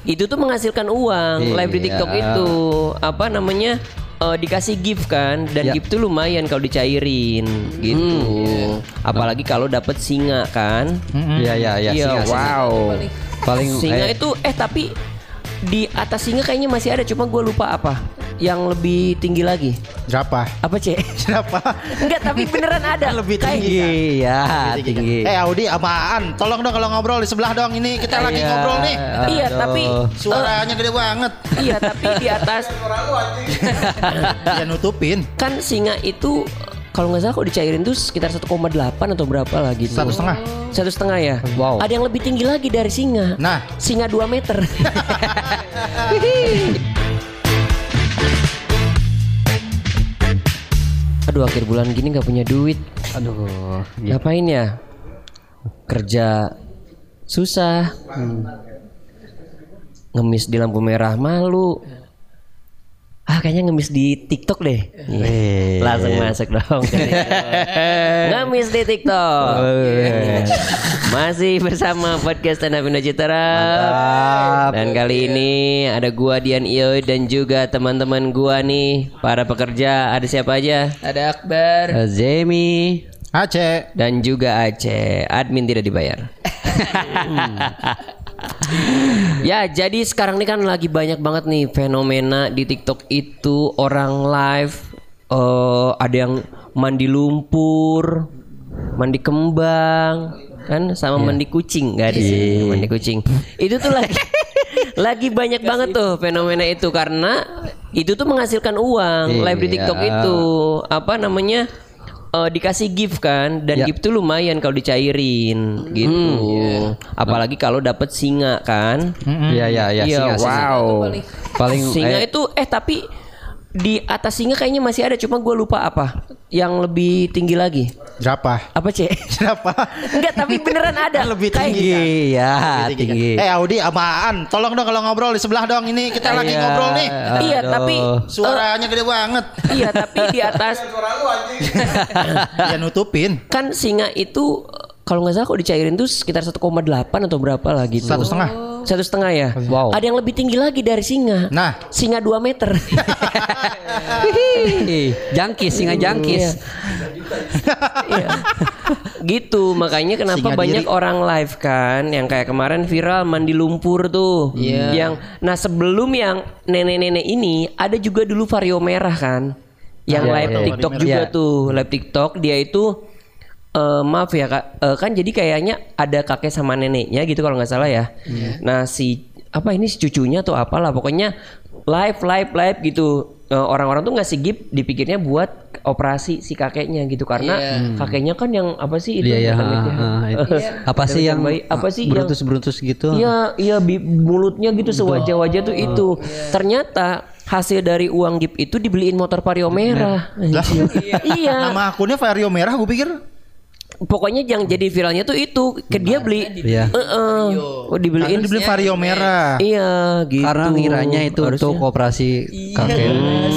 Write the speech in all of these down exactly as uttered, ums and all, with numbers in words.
itu tuh menghasilkan uang. Iya. Live di TikTok itu apa namanya? Uh, dikasih gift kan, dan ya. gift tuh lumayan kalau dicairin gitu. Hmm, yeah. Apalagi kalau dapet singa kan. Iya iya iya. Iya, wow. Paling Singa eh. itu eh tapi di atas singa kayaknya masih ada, cuma gue lupa apa. Yang lebih tinggi lagi. Jerapah. Apa, Cek? Jerapah. Enggak, tapi beneran ada. Lebih Kayak- tinggi. ya Lebih tinggi. Eh Audi apaan? Tolong dong kalau ngobrol di sebelah dong, ini kita lagi Iya. ngobrol nih. Iya, Aduh. tapi Suaranya gede banget. iya, tapi di atas Ya nutupin. kan singa itu kalau nggak salah kalau dicairin tuh sekitar satu koma delapan atau berapa lah gitu. Satu setengah. Satu setengah ya. Wow. Ada yang lebih tinggi lagi dari singa. Nah, Singa dua meter. Aduh, akhir bulan gini nggak punya duit. Aduh. Ngapain ya? Kerja susah. Hmm. Ngemis di lampu merah malu. Ah, kayaknya ngemis di TikTok deh. Weh. Langsung masuk dong. Ngemis di TikTok. Masih bersama podcast Stand Up Indo Citara. Dan kali ini ada gua Dian Iyo dan juga teman-teman gua nih, para pekerja. Ada siapa aja? Ada Akbar, Zemi. Aceh. Dan juga Aceh. Admin tidak dibayar. Ya, jadi sekarang ini kan lagi banyak banget nih fenomena di TikTok itu orang live, uh, ada yang mandi lumpur, mandi kembang, kan sama Yeah. mandi kucing, nggak ada sih Yeah. mandi kucing. Itu tuh lagi lagi banyak banget tuh fenomena itu karena itu tuh menghasilkan uang. Yeah. Live di TikTok itu apa namanya? Uh, dikasih gift kan, dan Ya. gift tuh lumayan kalau dicairin gitu. Hmm, yeah. Apalagi kalau dapet singa kan. Iya iya iya. Iya, singa, singa. wow. Paling Singa eh, itu eh tapi di atas singa kayaknya masih ada, cuma gue lupa apa. Yang lebih tinggi lagi. Jerapah. Apa, Cek? Jerapah. Enggak, tapi beneran ada. Lebih Kayak- tinggi. tinggi ya Lebih tinggi. Eh Audi apaan? Tolong dong kalau ngobrol di sebelah dong, ini kita lagi Iya. ngobrol nih. Iya, Aduh. tapi Suaranya gede banget. iya, tapi di atas Ya nutupin. kan singa itu kalau nggak salah kalau dicairin tuh sekitar satu koma delapan atau berapa lah gitu. Satu setengah. Satu setengah ya. Wow. Ada yang lebih tinggi lagi dari singa. Nah. Singa dua meter. Ih, jangkis singa jangkis. Iya. Gitu, makanya kenapa Singa banyak diri. orang live kan, yang kayak kemarin viral mandi lumpur tuh. Iya. Yang nah sebelum yang nenek-nenek ini ada juga dulu vario merah kan. Yang Iya, live iya, iya. TikTok Iya. juga tuh, live TikTok dia itu eh, maaf ya Kak, eh, kan jadi kayaknya ada kakek sama neneknya gitu kalau nggak salah ya. Nah si apa ini si cucunya atau apalah pokoknya live live live gitu. Eh, orang-orang tuh ngasih gift dipikirnya buat operasi si kakeknya gitu karena Iya. kakeknya kan yang apa sih itu Iya ya. amit-amitnya. Apa sih yang Bayi. Apa sih yang- beruntus-beruntus gitu? Iya, iya bi- mulutnya gitu sewajah-wajah tuh itu. Ternyata hasil dari uang gift itu dibeliin motor Vario merah. Lah. Iya. Nama akunnya Vario merah, gue pikir. Pokoknya yang jadi viralnya tuh itu ke dia beli. Iya. Heeh. Oh, dibeliin. Karena dibeli Vario merah. Iya, gitu. Karena ngiranya itu Harusnya. untuk operasi kakek.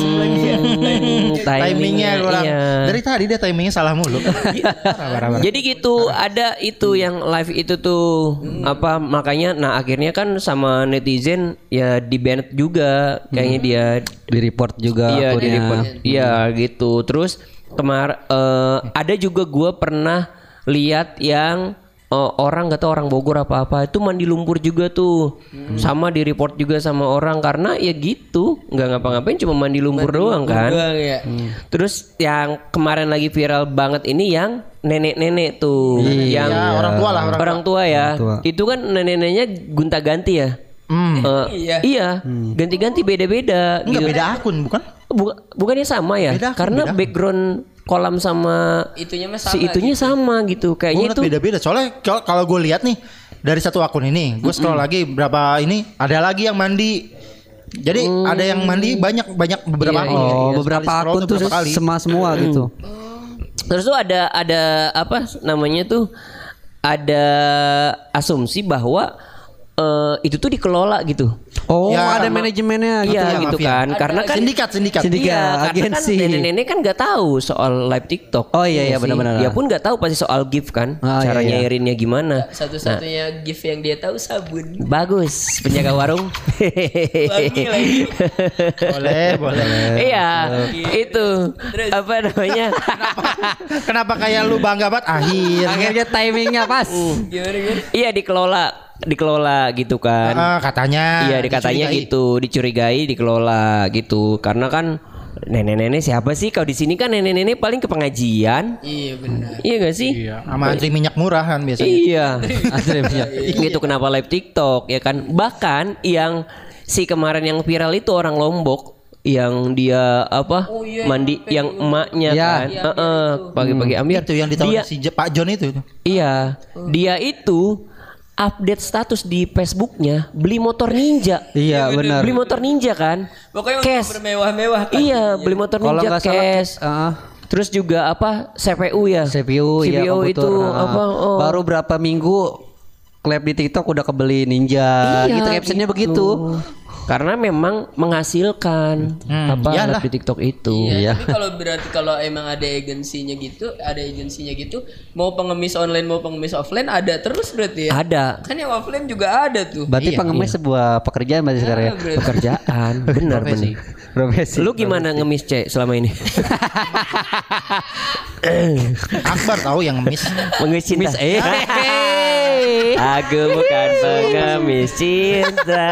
Hmm, Timingnya kurang. iya. Dari tadi dia timingnya salah mulu. Parah-parah. Jadi gitu ada itu yang live itu tuh apa makanya nah akhirnya kan sama netizen ya di ban juga kayaknya dia Di report juga iya di akunnya. report iya gitu terus kemar eh, ada juga gue pernah lihat yang eh, orang nggak tahu orang Bogor apa apa itu mandi lumpur juga tuh sama di report juga sama orang karena ya gitu nggak ngapa-ngapain cuma mandi lumpur doang kan. doang ya. Terus yang kemarin lagi viral banget ini yang nenek-nenek tuh, yang Ya, orang tua lah. Orang, orang tua ya. Orang tua. Itu kan nenek-neneknya gonta-ganti ya. Hmm. Eh, Iya. iya, ganti-ganti beda-beda. Enggak gitu. beda akun, bukan? Bu- bukannya sama ya? Beda akun, Karena beda akun. background kolam sama Itunya mah si sama itunya gitu. sama gitu. Gue Kayaknya ngeliat itu beda-beda. Soalnya kalau- kalau gue lihat nih dari satu akun ini, gue scroll lagi berapa ini, ada lagi yang mandi. Jadi ada yang mandi banyak banyak beberapa Iya, akun. Oh, Sekali beberapa scroll akun tuh beberapa kali. semua semua gitu. terus tuh ada ada apa namanya tuh ada asumsi bahwa eh, itu tuh dikelola gitu. Oh, Ya, ada ma- manajemennya gitu. Iya ya, gitu mafia. kan. Karena kan sindikat sindikat. Sindikat. Iya, karena agensi. kan nenek-nenek kan nggak tahu soal live TikTok. Oh, iya, iya, sih? benar-benar. Dia pun nggak tahu pasti soal gift kan, Ah, cara iya, iya. nyairinnya gimana. Satu-satunya gift yang dia tahu sabun. Bagus, penjaga warung. Wangi lagi. Boleh boleh. Iya, itu apa namanya? Kenapa kayak lu bangga banget akhir? Akhirnya timingnya pas. Gimana gimana? Iya dikelola, dikelola gitu kan. Ah, katanya. Iya dikatanya dicurigai. gitu, dicurigai, dikelola gitu. Karena kan nenek-nenek siapa sih? Kalau di sini kan nenek-nenek paling ke pengajian. Iya benar. Iya gak sih? Iya, sama antri minyak murah kan biasanya. Iya. Asli punya. Gitu kenapa live TikTok ya kan? Bahkan yang si kemarin yang viral itu orang Lombok yang dia apa Oh, iya, mandi yang emaknya Iya. kan Heeh, pagi-pagi ambiar Itu yang ditawarin dia si J- Pak John itu. iya dia itu update status di Facebooknya beli motor ninja. Iya, benar. Beli motor ninja kan Pokoknya cash untuk bermewah-mewah kan. iya beli motor Kalau ninja nggak salah cash Heeh. terus juga apa C P U ya C P U, C P U ya, itu komputer. Ah. apa oh. Baru berapa minggu klip di TikTok udah kebeli Ninja Iya, gitu captionnya gitu. begitu. Karena memang menghasilkan apa iyalah. live di TikTok itu. Iya, Iya. tapi kalau berarti kalau emang ada agensinya gitu, ada agensinya gitu, mau pengemis online mau pengemis offline ada terus berarti ya. Ada Kan yang offline juga ada tuh. Berarti Iya, pengemis sebuah pekerjaan berarti sekarang ya. berarti. pekerjaan, benar benar. Profesi. Lu gimana ngemis cek selama ini? Akbar tahu yang ngemis. Mengemis cinta. eh. Aku bukan pengemis cinta.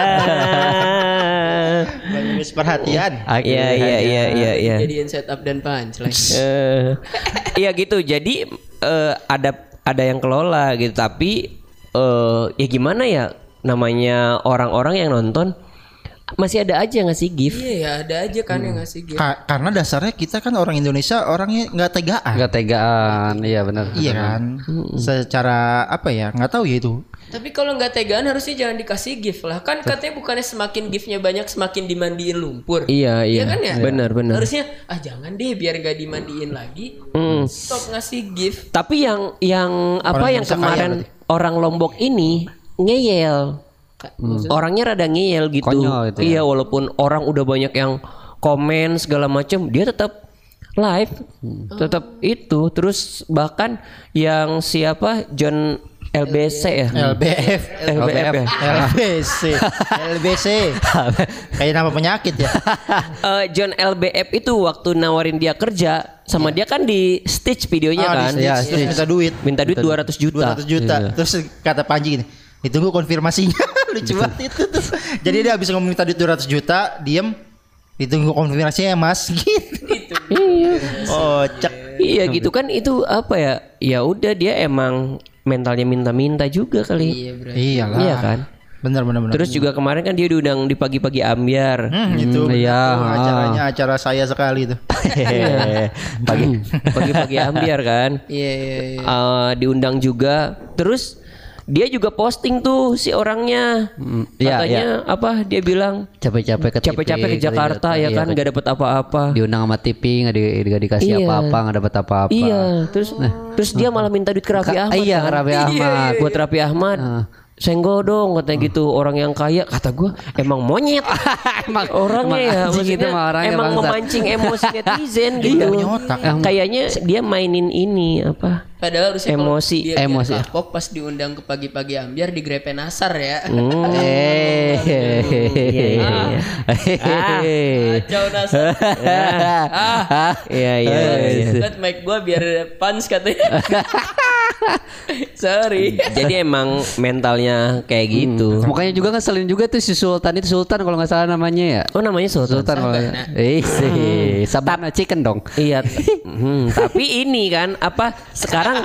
Ngemis perhatian. Iya iya iya iya iya. Jadiin setup dan punchline. Eh, Iya gitu. Jadi eh, ada ada yang kelola gitu. Tapi eh, ya gimana ya namanya orang-orang yang nonton masih ada aja ngasih gift. Iya ya, ada aja kan yang ngasih gift. Ka- karena dasarnya kita kan orang Indonesia orangnya nggak tegaan. Enggak tegaan. Iya benar. Iya kan. Secara apa ya? Nggak tahu ya itu. Tapi kalau nggak tegaan harusnya jangan dikasih gift lah. Kan katanya bukannya semakin giftnya banyak semakin dimandiin lumpur. Iya iya. kan ya? Benar benar. Harusnya ah jangan deh biar nggak dimandiin lagi. Hmm. Stop ngasih gift. Tapi yang yang apa Orang yang Indonesia kemarin kaya orang Lombok ini ngeyel. Orangnya rada ngeyel gitu. Konyol gitu ya. Iya, walaupun orang udah banyak yang komen segala macam, dia tetap live. Tetap itu. Terus bahkan yang siapa John L B C ya? L B F, L B F ya. L B C, L B C. Kayak nama penyakit ya. Eh, John L B F itu waktu nawarin dia kerja sama dia kan di stage videonya Ah, kan. di Iya, stage, terus minta duit Minta duit dua ratus juta. dua ratus juta. Terus kata Panji gini, ditunggu konfirmasinya. Lucu banget itu tuh. Jadi dia habis ngomong minta duit dua ratus juta, diem, ditunggu konfirmasinya ya Mas. Gitu. Iya. Oh, cek. Iya gitu kan itu apa ya? Ya udah dia emang mentalnya minta-minta juga kali. Iya berarti. Iyalah. Iya kan? Bener bener bener. Terus juga kemarin kan dia diundang di pagi-pagi ambiar. Hmm, itu Hmm, iya. itu acaranya acara saya sekali tuh. Pagi pagi-pagi ambiar kan. Iya iya iya. Eh, diundang juga. Terus dia juga posting tuh si orangnya. iya, Katanya apa? Dia bilang Capek-capek ke T V, capek-capek ke Jakarta ya iya, kan nggak dapat apa-apa. diundang sama T V nggak di, nggak dikasih Iya. apa-apa, nggak dapat apa-apa. Iya, terus terus dia malah minta duit ke Raffi Ka- Ahmad. iya, kan? Raffi Ahmad. Buat Raffi Ahmad. Senggol dong katanya gitu orang yang kaya kata gue emang monyet Emang- orangnya emang ya anjing maksudnya itu mah orangnya, emang bangsat. memancing emosi netizen Dia gitu punya otak. kayaknya dia mainin ini apa Padahal harusnya kalau Emosi. dia biar Emosi. kapok pas diundang ke pagi-pagi ambiar di Grepe Nasar ya. Eh, iya. Kacau Nasar. ah, iya iya iya. Set mic gua biar punch katanya. Sorry. Jadi emang mentalnya kayak gitu Makanya juga ngeselin juga tuh si Sultan itu Sultan kalau nggak salah namanya ya. oh namanya Sultan Sultan kalau eh sih Sabana chicken dong. iya hmm, tapi ini kan apa sekarang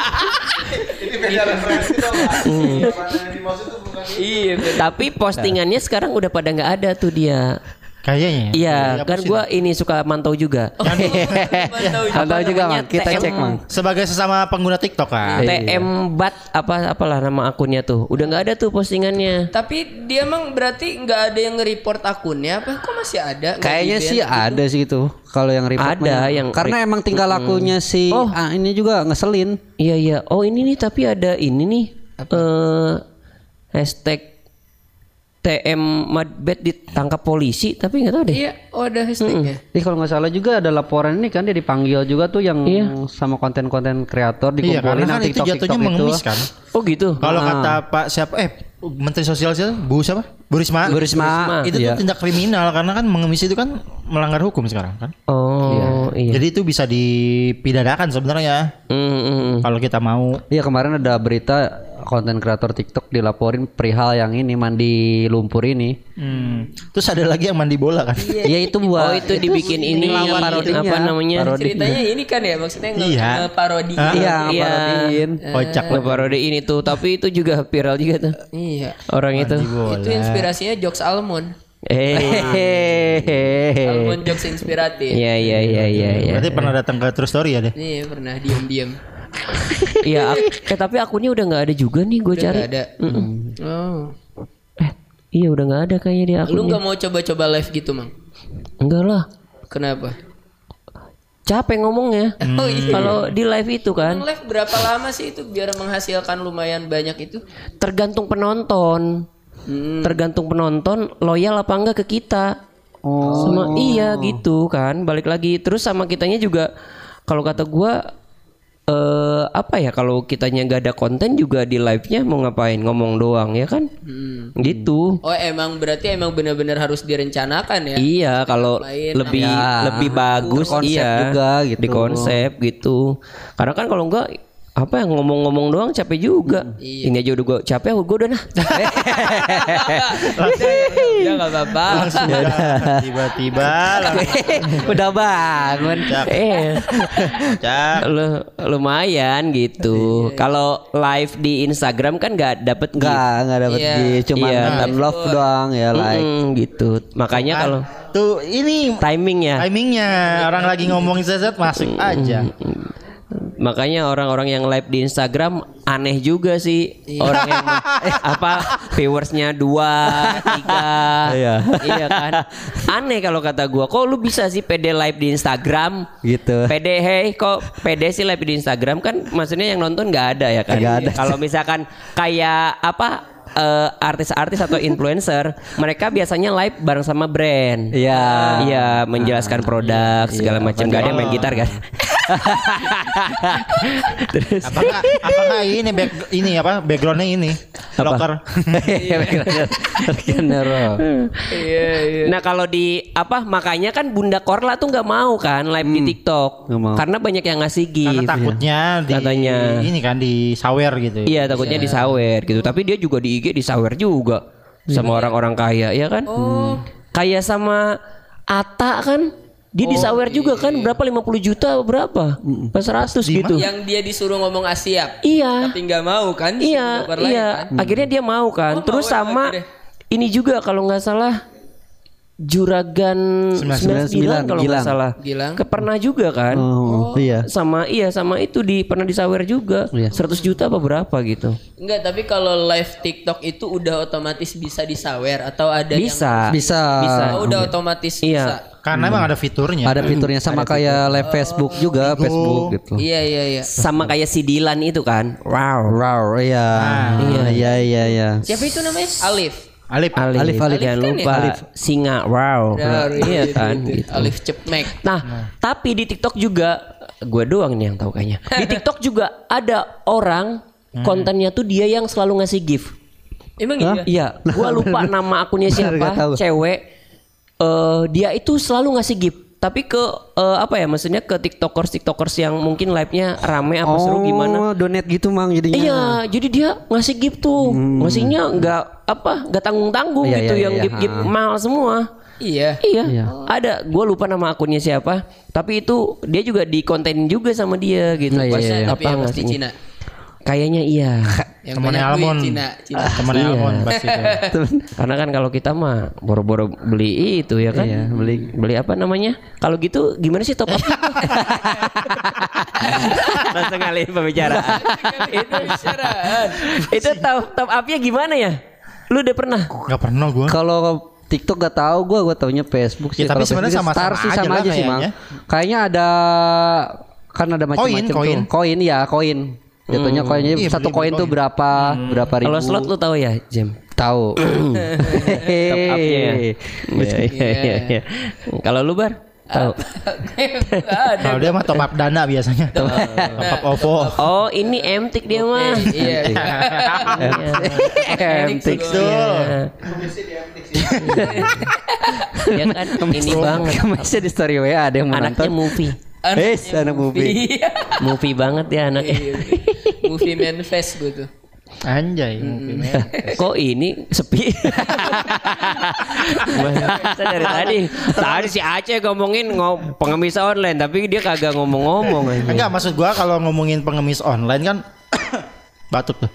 Iya. bener. tapi postingannya sekarang udah pada nggak ada tuh dia. Kayaknya. Iya, Ya, kan pusing. gua ini suka mantau juga. Mantau juga. Tahu juga namanya? Mang, kita T M. cek Mang. Sebagai sesama pengguna TikTok kan. T M Bat apa apalah nama akunnya tuh. Udah nggak ada tuh postingannya. Tapi dia emang berarti nggak ada yang nge-report akunnya apa? Kok masih ada? Nggak Kayaknya di-ban sih gitu? ada sih itu. Kalau yang report Ada mah. yang karena re- emang tingkah lakunya si Oh. ah, ini juga ngeselin. Iya iya. Oh ini nih tapi ada ini nih. Eh hashtag T M Madbet ditangkap polisi tapi nggak tahu deh. Iya, oh ada hashtagnya. Ih kalau nggak salah juga ada laporan ini kan dia dipanggil juga tuh yang Iya. sama konten-konten kreator Iya, dikumpulin karena kan yang itu TikTok jatuhnya TikTok itu. mengemis kan. Oh gitu. Kalau Ah. kata Pak siapa eh Menteri Sosial siapa? Bu siapa? Bu Risma. Bu Risma. Itu Iya. tuh tindak kriminal karena kan mengemis itu kan melanggar hukum sekarang kan. Oh iya. Jadi itu bisa dipidanakan sebenarnya Mm, mm, mm. kalau kita mau. Iya kemarin ada berita konten kreator TikTok dilaporin perihal yang ini mandi lumpur ini. Hmm. Terus ada lagi yang mandi bola kan. Iya itu buat Oh itu dibikin ini lawan apa itunya, namanya? parodi. Ceritanya ini kan ya maksudnya nge- Iya. nge-parodi. Ah. Iya, Iya. parodiin. Kocak Nge parodi ini tuh, tapi itu juga viral juga tuh Iya. orang itu. Itu inspirasinya jokes Almond. Eh. Almond jokes inspiratif. Iya iya iya iya iya. Berarti pernah datang ke True Story ya deh. Iya pernah diam-diam. Iya, ak- eh tapi akunnya udah nggak ada juga nih gue Udah cari. nggak ada. Oh. Eh, iya udah nggak ada kayaknya dia Lu akunnya. nggak mau coba-coba live gitu, Mang? Enggak lah. Kenapa? Capek ngomongnya. Oh iya. Kalau di live itu kan Emang live berapa lama sih itu biar menghasilkan lumayan banyak itu? tergantung penonton. Hmm. Tergantung penonton loyal apa enggak ke kita. Oh. Sama iya gitu kan. Balik lagi terus sama kitanya juga kalau kata gua eh apa ya kalau kitanya nggak ada konten juga di live-nya mau ngapain ngomong doang ya kan? Hmm. Gitu. Oh emang berarti emang benar-benar harus direncanakan ya? Iya, kalau Lain, lebih ya. lebih bagus Konsep iya juga gitu. di konsep gitu. Karena kan kalau enggak apa yang ngomong-ngomong doang capek juga. Iya. Ini aja udah gue capek, gue udah nah. Ya nggak apa-apa. Langsung dah, tiba-tiba langsung Udah bangun. eh, cak. lu- lumayan gitu. Kalau live di Instagram kan nggak dapet gift. Enggak, enggak dapat Iya. gift, cuma Iya. love doang ya like. Mm, gitu. Makanya kalau Tuh ini timing ya. timingnya orang lagi ngomongin sesuatu masuk aja. Makanya orang-orang yang live di Instagram aneh juga sih. Orang yang eh, apa viewersnya dua, tiga, Iya. iya kan. Aneh kalau kata gua. Kok lu bisa sih pede live di Instagram? Gitu. Pede hey kok pede sih live di Instagram kan? Maksudnya yang nonton nggak ada ya kan? Nggak ada. Kalau misalkan kayak apa? eh, artis-artis atau influencer, mereka biasanya live bareng sama brand. Iya. Iya, menjelaskan produk segala macam. Gak ada yang main gitar kan? Terus Apakah apakah ini back, ini apa backgroundnya ini locker. Iya iya. Nah kalau di apa makanya kan Bunda Korla tuh nggak mau kan live di TikTok nggak mau. karena banyak yang ngasih Karena gift. takutnya di Katanya. ini kan di sawer gitu. Iya takutnya disawer gitu. Tapi dia juga di I G disawer juga sama orang-orang kaya ya kan? Kayak sama Ata kan dia disawer juga kan berapa lima puluh juta berapa? Pas seratus gitu. Yang dia disuruh ngomong Asia. Iya. Tapi nggak mau kan? Iya, Sumber lain iya. kan? Akhirnya dia mau kan. Oh, Terus mau ya sama akhirnya. ini juga kalau nggak salah Juragan sembilan sembilan sembilan kalau nggak Gilang. salah. Gilang. Ke pernah juga kan. Oh, iya. Sama iya sama itu di pernah disawer juga. Iya. seratus juta apa berapa gitu. Enggak, tapi kalau live TikTok itu udah otomatis bisa disawer atau ada Bisa. Bisa. Bisa. yang oh, udah otomatis Iya. bisa. Karena emang ada fiturnya. Ada fiturnya sama kayak live Facebook juga, Facebook gitu. Iya iya iya. Sama kayak si Dilan itu kan. Wow. Wow, iya. Iya, iya, iya, iya. Siapa itu namanya? Alif. Alif. Alif, Alif, Alif. jangan Alif kan lupa ya? singa. Wow. Nah, iya gitu, kan. gitu. Gitu. Alif Cepmek. Nah, tapi di TikTok juga gue doang nih yang tahu kayaknya. Di TikTok juga ada orang kontennya tuh dia yang selalu ngasih gift. Emang Hah? iya? Iya, gue lupa nama akunnya Bener, nggak tahu. siapa, cewek. Eh dia itu selalu ngasih gift. Tapi ke eh, apa ya? Maksudnya ke tiktokers tiktokers yang mungkin live-nya rame apa seru gimana? Oh, donate gitu mang jadinya. Iya, jadi dia ngasih gift tuh, ngasihnya nggak apa, nggak tanggung tanggung Iya, gitu, iya, yang iya. gift gift mahal semua. Iya. Iya, Iya. ada. Gue lupa nama akunnya siapa. Tapi itu dia juga dikontenin juga sama dia gitu. Nah, iya, Pas iya, iya. Tapi yang pasti ngasihnya. Cina. Kayaknya iya. Yang Temannya banyak duit Almond. Cina, Cina. Temannya Iya. Almond pasti itu. Karena kan kalau kita mah boro-boro beli itu ya kan. Iya, beli. Beli apa namanya? Kalau gitu gimana sih top up? Langsung alih pembicaraan. Itu bicaraan. Itu top top upnya gimana ya? Lu udah pernah? Gak pernah gue. Kalau TikTok gak tahu gue, gue taunya Facebook sih. Ya, tapi Kalau sebenarnya Facebook sama-sama Star sih aja sama lah aja sih mang. kayaknya. Kayaknya ada kan ada macam-macam tuh. koin. Koin ya koin. Jatuhnya koinnya Iya, satu beli- beli koin tuh koin. berapa berapa ribu. Kalau slot lu tahu ya, Jam? Tahu. Top up-nya ya. Iya, iya, iya, iya. Kalau lu Bar? Tahu. Nggak ada. Kalau dia mah top up dana biasanya. Top up O V O. Oh, ini M-Tik dia mah. Iya. M-Tik Betul. Ya kan ini banget. Masih di story W A ada yang mau Anaknya nonton. movie. Yes, anak movie. Iya. Movie banget ya anaknya. Movie manifest gue tuh. Anjay, mungkin ya. Kok ini sepi? Saya dari tadi, tadi si Aceh ngomongin ngom pengemis online, tapi dia kagak ngomong-ngomong aja. Enggak, maksud gua kalau ngomongin pengemis online kan batuk tuh.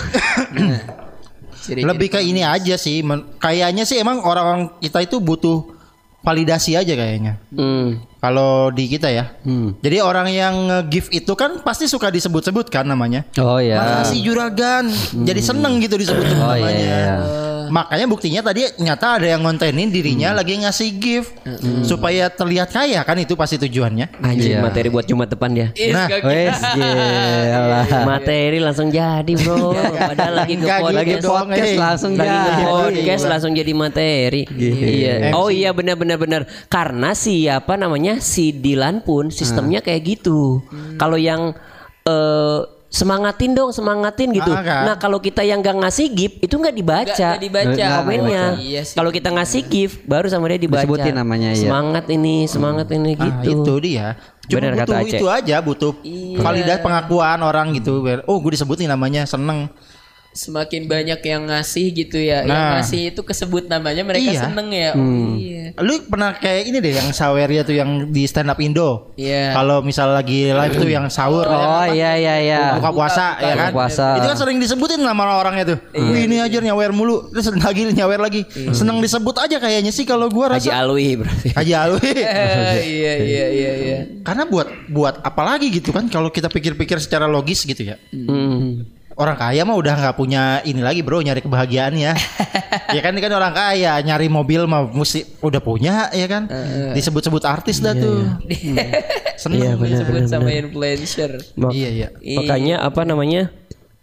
Lebih ke ini aja sih. Men- kayaknya sih emang orang-orang kita itu butuh validasi aja kayaknya. Hmm. Kalau di kita ya. Hmm. Jadi orang yang nge-give itu kan pasti suka disebut-sebut kan namanya. Oh ya. Makasih juragan. Jadi seneng gitu disebut-sebut Oh, iya, namanya. iya. Makanya buktinya tadi nyata ada yang ngontenin dirinya lagi ngasih gift supaya terlihat kaya kan, itu pasti tujuannya. Anjir, Iya. materi buat Jumat depan dia. Nah, Wes, gila. Materi langsung jadi bro. Padahal lagi ke Enggak gitu podcast. dong, Podcast eh. langsung Lagi ke jadi. podcast langsung jadi materi. Iya. M C. Oh iya benar benar benar. Karena siapa namanya si Dilan pun sistemnya kayak gitu. Kalau yang eh, semangatin dong, semangatin gitu. Ah, kan? Nah kalau kita yang gak ngasih gift itu nggak dibaca. Nggak dibaca. Nggak Komennya. Iya sih. Kalau kita ngasih gift baru sama dia dibaca. Disebutin namanya, iya. Semangat ini, semangat ini Ah, gitu. itu dia. Cuma Benar kata butuh Aceh. itu aja, butuh validat pengakuan orang gitu. Biar, oh, gue disebutin namanya, seneng. Semakin banyak yang ngasih gitu ya. Yang Nah. ngasih itu kesebut namanya mereka Iya. seneng ya. Oh, iya. Lu pernah kayak ini deh yang sawernya tuh yang di stand up Indo. Iya. Kalau misal lagi live tuh yang sahur, Oh iya iya iya. buka puasa Buka- ya kan. buka puasa. Itu kan sering disebutin nama orangnya tuh. Wih, ini aja nyawer mulu, terus lagi nyawer lagi. Seneng disebut aja kayaknya sih kalau gua Haji rasa. Alwi berarti. Haji Alwi. Eh, iya iya iya iya. Karena buat buat apa lagi gitu kan kalau kita pikir-pikir secara logis gitu ya. Hmm. Orang kaya mah udah nggak punya ini lagi bro, nyari kebahagiaannya. Ya kan, ini kan orang kaya nyari mobil mah mesti udah punya ya kan. Disebut-sebut artis dah tuh. Seneng. Iya, Disebut sama influencer. Mak- Iya iya. Makanya apa namanya?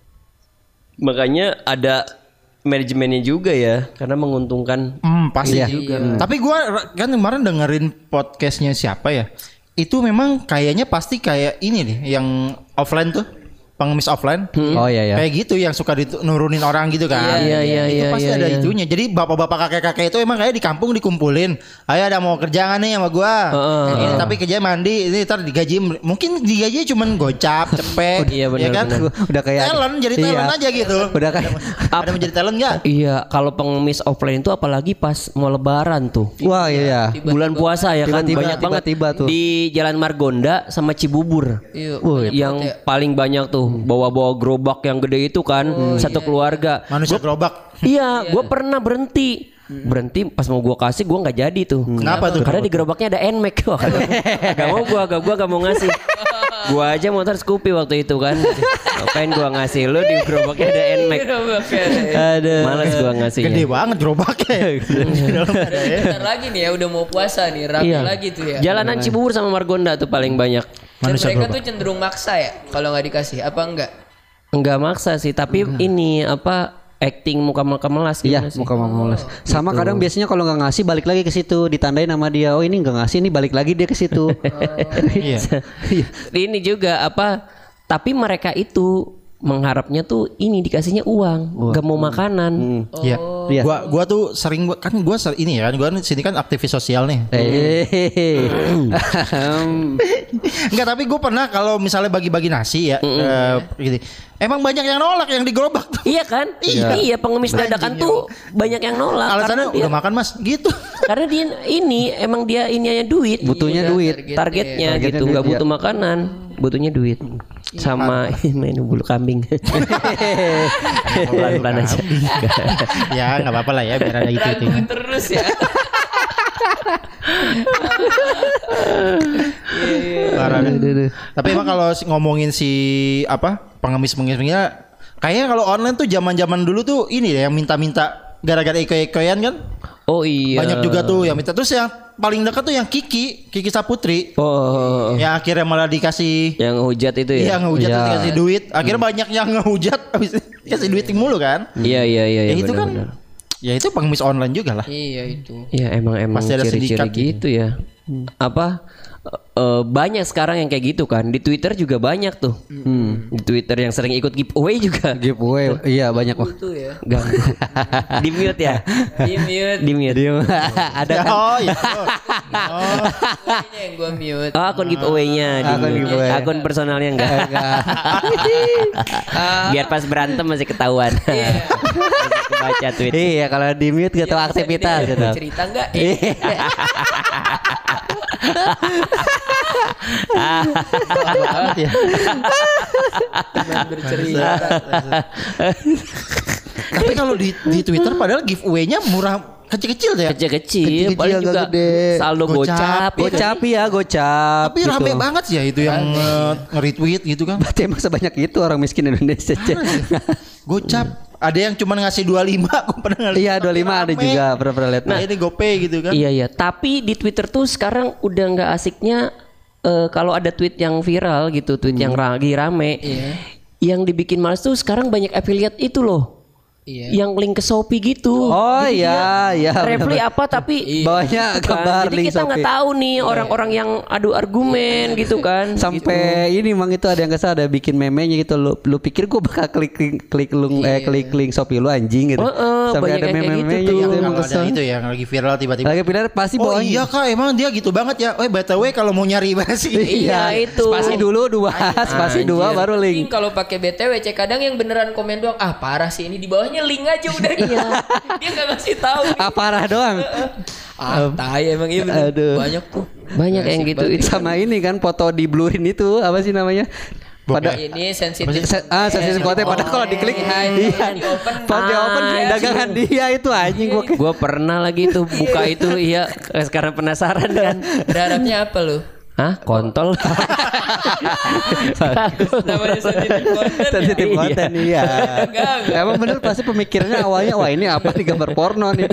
Makanya ada manajemennya juga ya, karena menguntungkan. Hmm, pasti Iya. juga. Tapi gua kan kemarin dengerin podcastnya siapa ya? Itu memang kayaknya pasti kayak ini nih, yang offline tuh, pengemis offline. Oh iya iya. Kayak gitu yang suka nurunin orang gitu kan. Iya, iya, Itu iya, pasti iya, ada iya. itunya. Jadi bapak-bapak kakek-kakek itu emang kayak di kampung dikumpulin. Ayo ada mau kerja nggak nih sama gua? Heeh, Ini tapi kerja mandi, ini ntar digaji mungkin digaji cuman gocap, cepet. Iya, benar, ya kan? benar. Udah kayak talent, jadi Iya. talent aja gitu. Udah kayak Ada menjadi talent nggak? Iya, kalau pengemis offline itu apalagi pas mau lebaran tuh. wah iya. Bulan puasa ya kan Tiba-tiba, banyak banget tiba-tiba tuh. di Jalan Margonda sama Cibubur. Iya. Wah, Yang paling banyak tuh bawa-bawa gerobak yang gede itu kan, satu keluarga. Manusia gerobak. Iya, gue pernah berhenti. Berhenti pas mau gua kasih gua nggak jadi tuh. Kenapa tuh? Karena di gerobaknya ada Nmax. Wah, gak mau gua, gak gua gak mau ngasih. Gua aja motor Scoopy waktu itu kan. Ngapain gua ngasih lu di gerobaknya ada Nmax. Aduh. Males gua ngasihnya. Gede banget gerobaknya. Di dalam ada ya. Bentar lagi nih ya udah mau puasa nih, rame Iya. lagi tuh ya. Jalanan Cibubur sama Margonda tuh paling banyak. Dan Manusia mereka gerobak. tuh cenderung maksa ya kalau nggak dikasih apa enggak? Enggak maksa sih, tapi ini apa acting muka-muka melas Iya, gimana sih? muka mules. Sama kadang biasanya kalau nggak ngasih balik lagi ke situ, ditandain sama dia. Oh ini nggak ngasih, ini balik lagi dia ke situ. Iya. Ini juga apa? Tapi mereka itu mengharapnya tuh ini dikasihnya uang, gak mau makanan. Iya. Iya. Gua gua tuh sering gua- kan gua ser- ini ya kan gua di sini kan aktivis sosial nih. Hehehe. Enggak, tapi gue pernah kalau misalnya bagi-bagi nasi ya eh, gitu. Emang banyak yang nolak yang di gerobak tuh. Iya kan? Iya, pengemis dadakan tuh banyak yang nolak. Alasannya karena dia, udah makan Mas, gitu. karena dia ini emang dia ini aja duit. Butuhnya Iya, duit. targetnya. Targetnya Targetnya gitu, duit, nggak iya. butuh makanan, butuhnya duit. Sama main bulu kambing. Pelan-pelan aja. Ya nggak apa-apa lah ya biar ada itu itu. Ragu terus ya. Parah deh. Tapi emang kalau si- ngomongin si apa pengemis-pengemisnya, kayaknya kalau online tuh zaman-zaman dulu tuh ini deh yang minta-minta gara-gara eko-ekoyan kan. Oh iya. Banyak juga tuh yang minta. Terus yang paling dekat tuh yang Kiki, Kiki Saputri. Oh, Yang akhirnya malah dikasih yang hujat itu ya. Iya ngehujat Iya. terus dikasih duit. Akhirnya banyak yang ngehujat habis dikasih duit mulu kan. Iya iya iya. Ya iya, itu kan benar-benar. ya itu pengemis online juga lah. Iya itu. Ya emang emang Pasti ada ciri-ciri sindikat gitu ya. Apa eh, banyak sekarang yang kayak gitu kan. Di Twitter juga banyak tuh. Di Twitter yang sering ikut giveaway juga. Giveaway. Iya banyak mah. Itu ya. Ganggu. Di mute ya. Di mute. Di mute. Ada kan? Oh iya. Giveaway-nya yang gua mute. Oh, akun giveaway-nya di Akun mute. giveaway. Akun personalnya enggak. Biar pas berantem masih ketahuan. Masih kebaca tweet. Iya kalau di mute gak tahu Iya, aktivitas ini gitu. ada cerita enggak? Eh, Banget ya. cuman bercerita. Tapi kalau di di Twitter padahal giveaway-nya murah kecil-kecil ya. Kecil-kecil, Kecil-kecil, paling agak juga gede. saldo Gocap. gocap. Gocap ya gocap. Tapi gitu. rame banget sih ya itu yang eh, nge-retweet gitu kan. Berarti emang sebanyak itu orang miskin Indonesia. Gocap. Ada yang cuma ngasih dua puluh lima, aku pernah ngeliat. Iya dua puluh lima ada Rame. juga pernah pernah lihat. Nah, ini GoPay gitu kan. Iya iya, tapi di Twitter tuh sekarang udah nggak asiknya eh, kalau ada tweet yang viral gitu, tweet yang lagi rame. Iya. Yang dibikin males tuh sekarang banyak affiliate itu loh. Iya. Yang link ke Shopee gitu. Oh Jadi iya dia iya. Reply benar-benar. apa tapi Bawahnya Kan, gambar jadi link kita nggak Shopee. tahu nih orang-orang yang adu argumen gitu kan. Sampai ini mang itu ada yang kesal ada bikin memenya gitu lu, lu pikir gua bakal klik klik, klik link eh klik link Shopee lu anjing gitu. Heeh, Sampai banyak ada yang kayak meme-memenya gitu gitu, tuh. emang Kalau ada kesel. itu yang lagi viral tiba-tiba. Lagi pindah pasti Oh bawahnya. iya kak emang dia gitu banget ya. Oh B T W kalau mau nyari bahasa Iya itu. Spasi dulu dua, spasi dua baru Link link. kalau pakai B T W cek kadang yang beneran komen doang. Ah parah sih ini di bawahnya link aja udah. Iya. Dia nggak ngasih tahu. Ah parah doang. Ah tai emang iya bener. Aduh. Banyak tuh. Banyak yang gitu itu. Sama ini kan foto di blurin itu apa sih namanya? Pada Ini sensitif. Se- ah sensitif konten padahal kalau diklik iya di open. Pop di open Ah, dagangan dia itu anjing gua kayak Gua pernah lagi tuh buka itu iya sekarang penasaran kan. Berharapnya apa lu? Hah, kontol. Namanya sensitif konten. sensitif Iya. konten iya. Enggak, enggak. Emang bener pasti pemikirannya awalnya wah ini apa di gambar porno nih.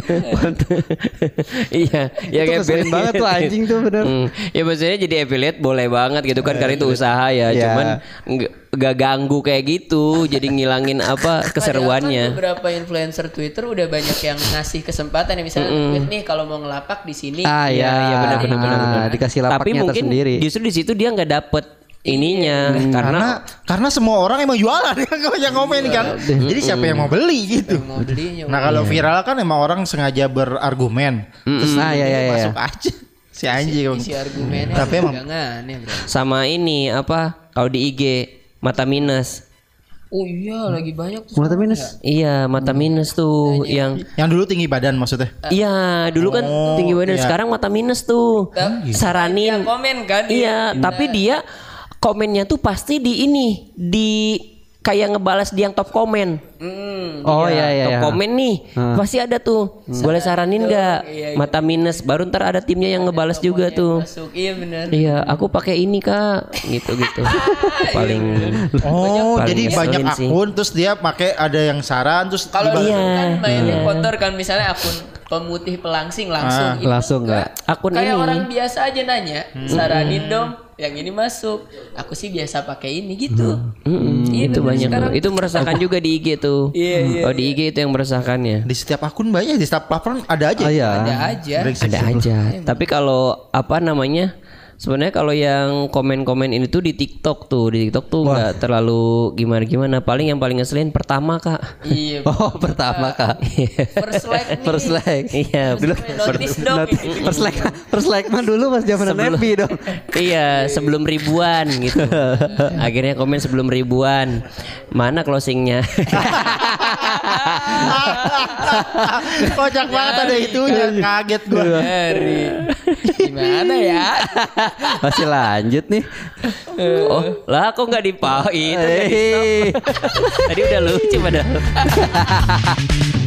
Iya, ya Itu ngeselin banget tuh anjing tuh bener. Hmm, ya maksudnya jadi affiliate boleh banget gitu kan karena itu usaha ya, Iya. cuman nggak nggak ganggu kayak gitu, jadi ngilangin apa Padahal kan keseruannya. beberapa influencer Twitter udah banyak yang ngasih kesempatan ya misalnya tweet nih kalau mau ngelapak di sini. Ah iya iya benar benar benar. Dikasih Tapi lapaknya mungkin tersendiri. justru di situ dia nggak dapet ininya karena Karena karena semua orang emang jualan yang ngomen kan. Jadi siapa yang mau beli gitu. Mau belinya. Nah kalau viral kan emang orang sengaja berargumen. Terus Nah, iya, iya, iya. masuk aja si anjing. isi argumennya Tapi emang dagangannya, bro. sama ini apa kalau di I G mata minus. Oh iya lagi banyak tuh. Mata minus. Iya mata minus tuh yang yang dulu tinggi badan maksudnya. iya dulu kan Oh, tinggi badan iya. sekarang mata minus tuh Dia saranin. komen kan. Iya, tapi dia komennya tuh pasti di ini, di kayak ngebalas di yang top komen. Hmm. Oh iya iya. top iya. komen nih, pasti ada tuh. Boleh saranin nggak? Iya, iya. Mata minus, baru ntar ada timnya yang ngebalas juga tuh. Masuk iya benar. Iya, aku pakai ini kak, gitu gitu. Paling. Oh, Paling jadi ngeselin banyak sih. akun terus dia pakai ada yang saran terus Kalau dibalas. dulu Iya, kan mainnya iya. kotor kan misalnya akun pemutih pelangsing langsung. Ah, Ini langsung enggak. Akun Kayak ini. orang biasa aja nanya, saranin dong yang ini masuk. Aku sih biasa pakai ini gitu. Mm-mm, Iya, itu bener. banyak Sekarang- tuh. Itu meresahkan juga di I G tuh. Iya, iya, Oh di I G itu yang meresahkannya. Di setiap akun banyak, di setiap platform ada aja. Oh iya. Ada aja. Brengsek. Ada aja. Tapi kalau apa namanya? Sebenarnya kalau yang komen-komen ini tuh di TikTok tuh, di TikTok tuh nggak terlalu gimana-gimana. Paling yang paling ngeselin pertama kak. Iya. Oh pertama kak. First like nih. First like. Iya, Dulu notice dong. First like First like mah dulu pas zaman F B dong. iya sebelum ribuan gitu. Akhirnya komen sebelum ribuan. Mana closingnya? Kocak banget ada itu kaget gua. Dari gimana ya? Masih lanjut nih. Oh lah kok nggak dipakai? Itu nggak di stop. Hei. Tadi udah lucu padahal.